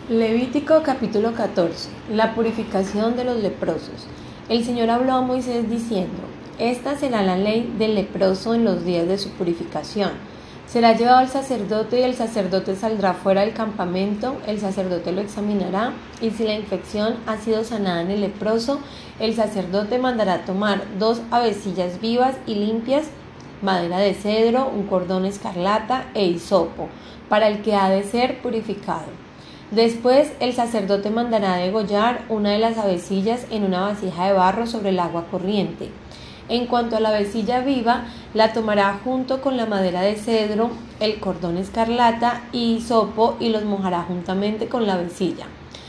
Levítico capítulo 14. La purificación de los leprosos. El Señor habló a Moisés diciendo: Esta será la ley del leproso en los días de su purificación. Será llevado al sacerdote y el sacerdote saldrá fuera del campamento, el sacerdote lo examinará y si la infección ha sido sanada en el leproso, el sacerdote mandará tomar 2 avecillas vivas y limpias, madera de cedro, un cordón escarlata e hisopo, para el que ha de ser purificado. Después el sacerdote mandará degollar una de las avecillas en una vasija de barro sobre el agua corriente. En cuanto a la avecilla viva, la tomará junto con la madera de cedro, el cordón escarlata y hisopo y los mojará juntamente con la avecilla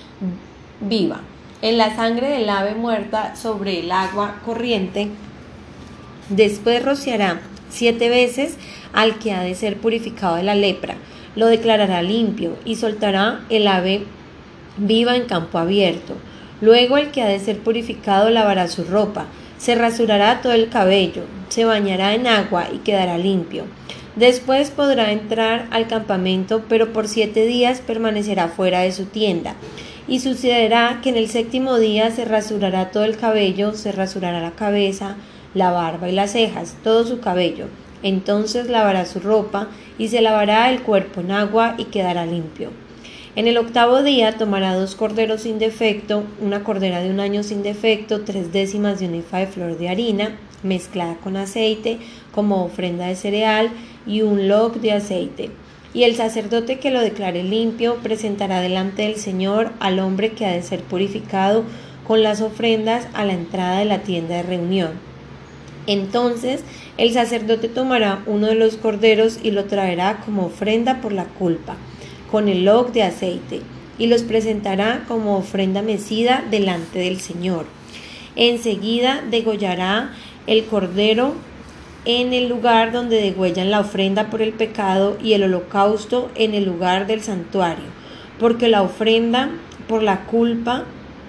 viva en la sangre del ave muerta sobre el agua corriente. Después rociará 7 veces al que ha de ser purificado de la lepra. Lo declarará limpio y soltará el ave viva en campo abierto. Luego el que ha de ser purificado lavará su ropa, se rasurará todo el cabello, se bañará en agua y quedará limpio. Después podrá entrar al campamento, pero por 7 días permanecerá fuera de su tienda. Y sucederá que en el 7º día se rasurará todo el cabello, se rasurará la cabeza, la barba y las cejas, todo su cabello. Entonces lavará su ropa y se lavará el cuerpo en agua y quedará limpio. En el 8º día tomará 2 corderos sin defecto, una cordera de 1 año sin defecto, 3/10 de un efa de flor de harina mezclada con aceite como ofrenda de cereal y un log de aceite. Y el sacerdote que lo declare limpio presentará delante del Señor al hombre que ha de ser purificado con las ofrendas a la entrada de la tienda de reunión. Entonces el sacerdote tomará uno de los corderos y lo traerá como ofrenda por la culpa, con el log de aceite, y los presentará como ofrenda mecida delante del Señor. Enseguida degollará el cordero en el lugar donde degüellan la ofrenda por el pecado y el holocausto en el lugar del santuario, porque la ofrenda por la culpa,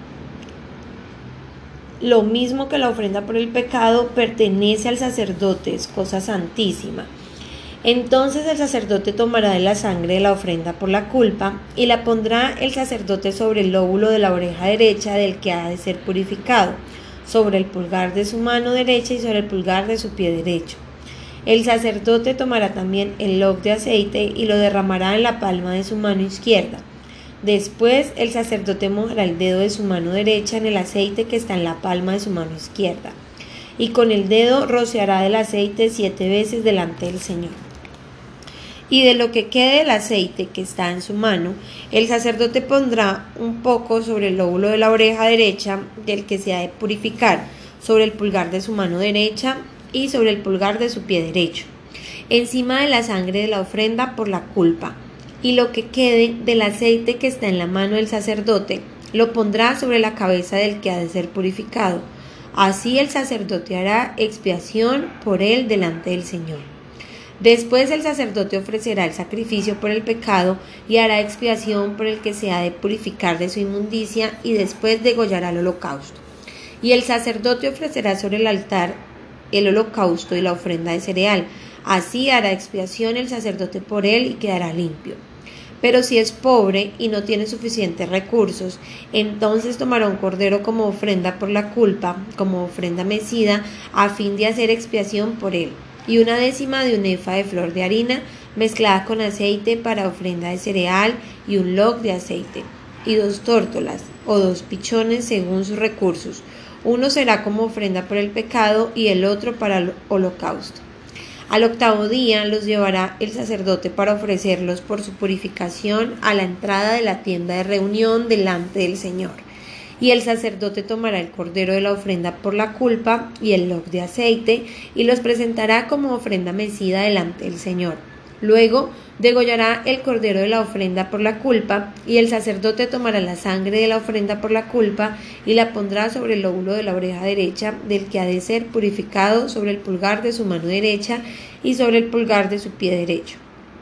lo mismo que la ofrenda por el pecado, pertenece al sacerdote, es cosa santísima. Entonces el sacerdote tomará de la sangre de la ofrenda por la culpa y la pondrá el sacerdote sobre el lóbulo de la oreja derecha del que ha de ser purificado, sobre el pulgar de su mano derecha y sobre el pulgar de su pie derecho. El sacerdote tomará también el log de aceite y lo derramará en la palma de su mano izquierda. Después el sacerdote mojará el dedo de su mano derecha en el aceite que está en la palma de su mano izquierda, y con el dedo rociará del aceite 7 veces delante del Señor. Y de lo que quede del aceite que está en su mano, el sacerdote pondrá un poco sobre el lóbulo de la oreja derecha del que se ha de purificar, sobre el pulgar de su mano derecha y sobre el pulgar de su pie derecho, encima de la sangre de la ofrenda por la culpa. Y lo que quede del aceite que está en la mano del sacerdote, lo pondrá sobre la cabeza del que ha de ser purificado. Así el sacerdote hará expiación por él delante del Señor. Después el sacerdote ofrecerá el sacrificio por el pecado y hará expiación por el que se ha de purificar de su inmundicia y después degollará el holocausto. Y el sacerdote ofrecerá sobre el altar el holocausto y la ofrenda de cereal. Así hará expiación el sacerdote por él y quedará limpio. Pero si es pobre y no tiene suficientes recursos, entonces tomará un cordero como ofrenda por la culpa, como ofrenda mecida, a fin de hacer expiación por él, y 1/10 de un efa de flor de harina mezclada con aceite para ofrenda de cereal y un log de aceite, y 2 tórtolas o 2 pichones según sus recursos. Uno será como ofrenda por el pecado y el otro para el holocausto. Al 8º día los llevará el sacerdote para ofrecerlos por su purificación a la entrada de la tienda de reunión delante del Señor. Y el sacerdote tomará el cordero de la ofrenda por la culpa y el log de aceite y los presentará como ofrenda mecida delante del Señor. Luego degollará el cordero de la ofrenda por la culpa y el sacerdote tomará la sangre de la ofrenda por la culpa y la pondrá sobre el lóbulo de la oreja derecha del que ha de ser purificado, sobre el pulgar de su mano derecha y sobre el pulgar de su pie derecho.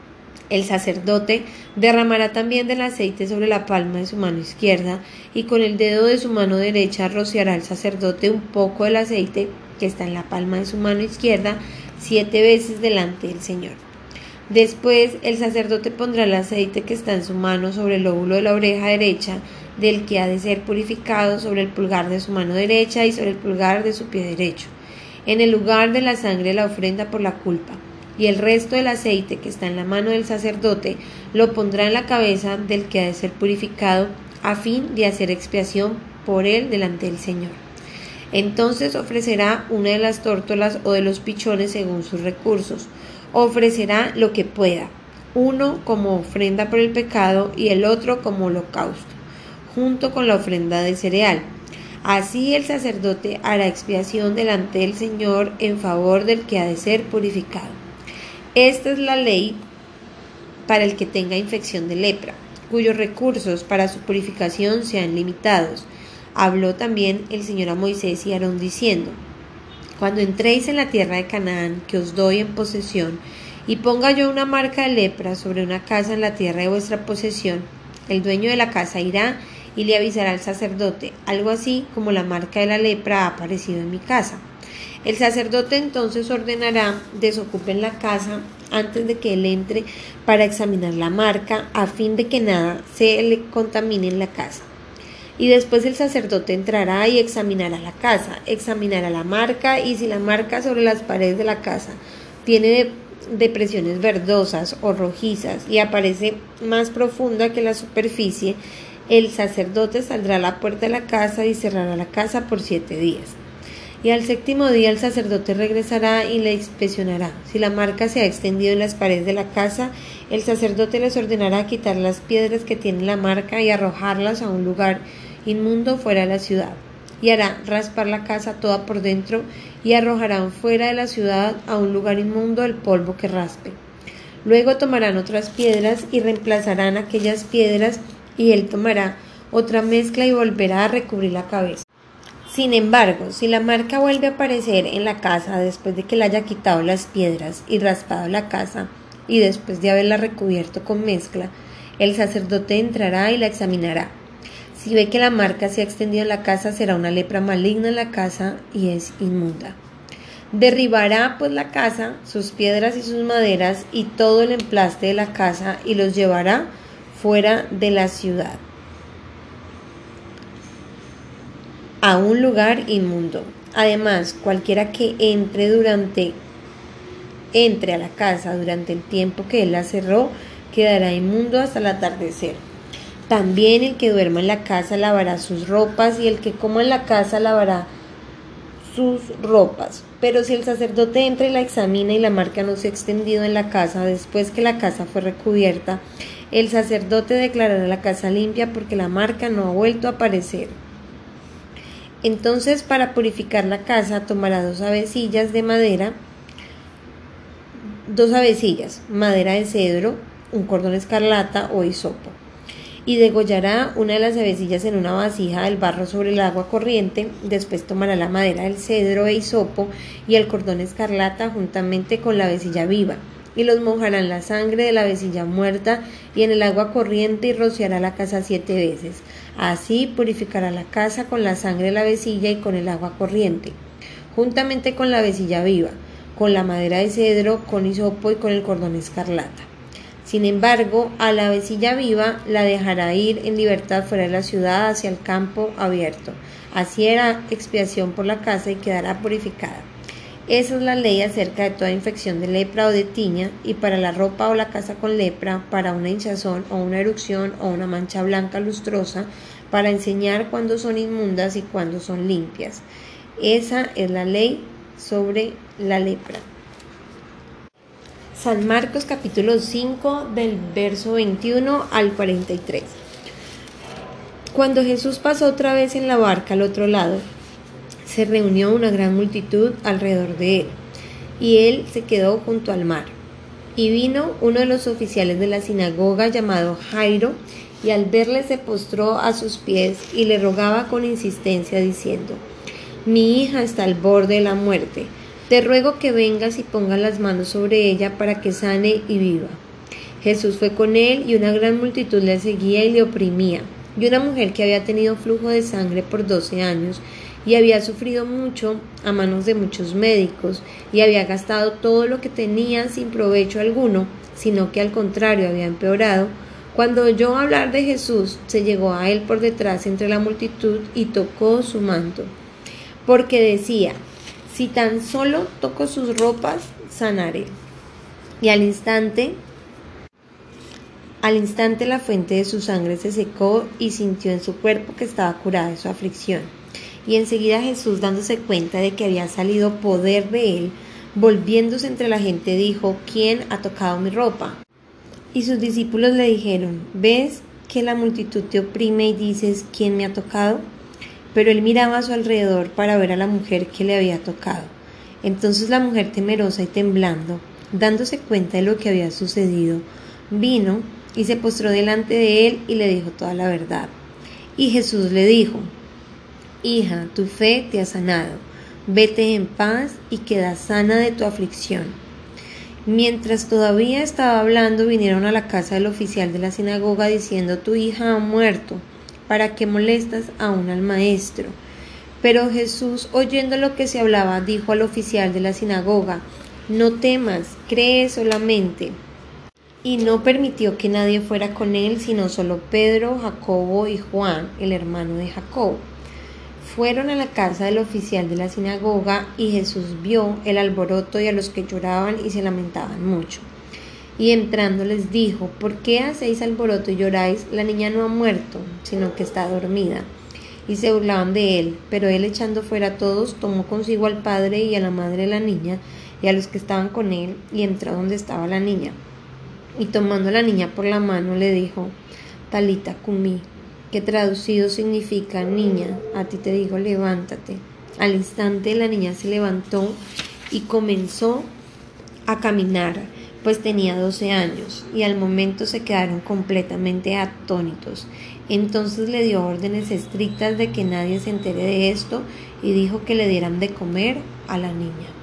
El sacerdote derramará también del aceite sobre la palma de su mano izquierda y con el dedo de su mano derecha rociará el sacerdote un poco del aceite que está en la palma de su mano izquierda 7 veces delante del Señor. Después el sacerdote pondrá el aceite que está en su mano sobre el lóbulo de la oreja derecha del que ha de ser purificado, sobre el pulgar de su mano derecha y sobre el pulgar de su pie derecho, en el lugar de la sangre de la ofrenda por la culpa. Y el resto del aceite que está en la mano del sacerdote lo pondrá en la cabeza del que ha de ser purificado, a fin de hacer expiación por él delante del Señor. Entonces ofrecerá una de las tórtolas o de los pichones según sus recursos. Ofrecerá lo que pueda, uno como ofrenda por el pecado y el otro como holocausto, junto con la ofrenda de cereal. Así el sacerdote hará expiación delante del Señor en favor del que ha de ser purificado. Esta es la ley para el que tenga infección de lepra, cuyos recursos para su purificación sean limitados. Habló también el Señor a Moisés y a Aarón diciendo: Cuando entréis en la tierra de Canaán, que os doy en posesión, y ponga yo una marca de lepra sobre una casa en la tierra de vuestra posesión, el dueño de la casa irá y le avisará al sacerdote, algo así como la marca de la lepra ha aparecido en mi casa. El sacerdote entonces ordenará desocupen la casa antes de que él entre para examinar la marca, a fin de que nada se le contamine en la casa. Y después el sacerdote entrará y examinará la casa, examinará la marca, y si la marca sobre las paredes de la casa tiene depresiones verdosas o rojizas y aparece más profunda que la superficie, el sacerdote saldrá a la puerta de la casa y cerrará la casa por 7 días. Y al 7º día el sacerdote regresará y le inspeccionará. Si la marca se ha extendido en las paredes de la casa, el sacerdote les ordenará quitar las piedras que tienen la marca y arrojarlas a un lugar inmundo fuera de la ciudad. Y hará raspar la casa toda por dentro y arrojarán fuera de la ciudad a un lugar inmundo el polvo que raspe. Luego tomarán otras piedras y reemplazarán aquellas piedras, y él tomará otra mezcla y volverá a recubrir la cabeza. Sin embargo, si la marca vuelve a aparecer en la casa después de que le haya quitado las piedras y raspado la casa, y después de haberla recubierto con mezcla, el sacerdote entrará y la examinará. Si ve que la marca se ha extendido en la casa, será una lepra maligna en la casa y es inmunda. Derribará pues la casa, sus piedras y sus maderas y todo el emplaste de la casa, y los llevará fuera de la ciudad a un lugar inmundo. Además, cualquiera que entre a la casa durante el tiempo que él la cerró, quedará inmundo hasta el atardecer. También el que duerma en la casa lavará sus ropas, y el que coma en la casa lavará sus ropas. Pero si el sacerdote entra y la examina y la marca no se ha extendido en la casa después que la casa fue recubierta, el sacerdote declarará la casa limpia, porque la marca no ha vuelto a aparecer. Entonces, para purificar la casa, tomará 2 avecillas de madera, 2 avecillas, madera de cedro, un cordón escarlata o hisopo, y degollará una de las avecillas en una vasija del barro sobre el agua corriente. Después tomará la madera del cedro e hisopo y el cordón escarlata juntamente con la avecilla viva, y los mojará en la sangre de la avecilla muerta y en el agua corriente, y rociará la casa 7 veces. Así purificará la casa con la sangre de la avecilla y con el agua corriente, juntamente con la avecilla viva, con la madera de cedro, con hisopo y con el cordón escarlata. Sin embargo, a la avecilla viva la dejará ir en libertad fuera de la ciudad hacia el campo abierto. Así hará expiación por la casa y quedará purificada. Esa es la ley acerca de toda infección de lepra o de tiña, y para la ropa o la casa con lepra, para una hinchazón o una erupción o una mancha blanca lustrosa, para enseñar cuándo son inmundas y cuándo son limpias. Esa es la ley sobre la lepra. San Marcos capítulo 5 del verso 21 al 43. Cuando Jesús pasó otra vez en la barca al otro lado, se reunió una gran multitud alrededor de él, y él se quedó junto al mar. Y vino uno de los oficiales de la sinagoga llamado Jairo, y al verle se postró a sus pies y le rogaba con insistencia diciendo: Mi hija está al borde de la muerte. Te ruego que vengas y pongas las manos sobre ella para que sane y viva. Jesús fue con él, y una gran multitud le seguía y le oprimía. Y una mujer que había tenido flujo de sangre por 12 años y había sufrido mucho a manos de muchos médicos y había gastado todo lo que tenía sin provecho alguno, sino que al contrario había empeorado, cuando oyó hablar de Jesús, se llegó a él por detrás entre la multitud y tocó su manto, porque decía: si tan solo toco sus ropas, sanaré. Y al instante la fuente de su sangre se secó y sintió en su cuerpo que estaba curada de su aflicción. Y enseguida Jesús, dándose cuenta de que había salido poder de él, volviéndose entre la gente, dijo: ¿quién ha tocado mi ropa? Y sus discípulos le dijeron: ¿ves que la multitud te oprime y dices: ¿quién me ha tocado? Pero él miraba a su alrededor para ver a la mujer que le había tocado. Entonces la mujer, temerosa y temblando, dándose cuenta de lo que había sucedido, vino y se postró delante de él y le dijo toda la verdad. Y Jesús le dijo: hija, tu fe te ha sanado, vete en paz y queda sana de tu aflicción. Mientras todavía estaba hablando, vinieron a la casa del oficial de la sinagoga diciendo: tu hija ha muerto, ¿para qué molestas aún al maestro? Pero Jesús, oyendo lo que se hablaba, dijo al oficial de la sinagoga: no temas, cree solamente. Y no permitió que nadie fuera con él, sino solo Pedro, Jacobo y Juan, el hermano de Jacobo. Fueron a la casa del oficial de la sinagoga, y Jesús vio el alboroto y a los que lloraban y se lamentaban mucho. Y entrando les dijo: ¿por qué hacéis alboroto y lloráis? La niña no ha muerto, sino que está dormida. Y se burlaban de él, pero él, echando fuera a todos, tomó consigo al padre y a la madre de la niña y a los que estaban con él, y entró donde estaba la niña. Y tomando a la niña por la mano, le dijo: Talita cumi, que traducido significa: niña, a ti te digo, levántate. Al instante la niña se levantó y comenzó a caminar, pues tenía 12 años, y al momento se quedaron completamente atónitos. Entonces le dio órdenes estrictas de que nadie se entere de esto, y dijo que le dieran de comer a la niña.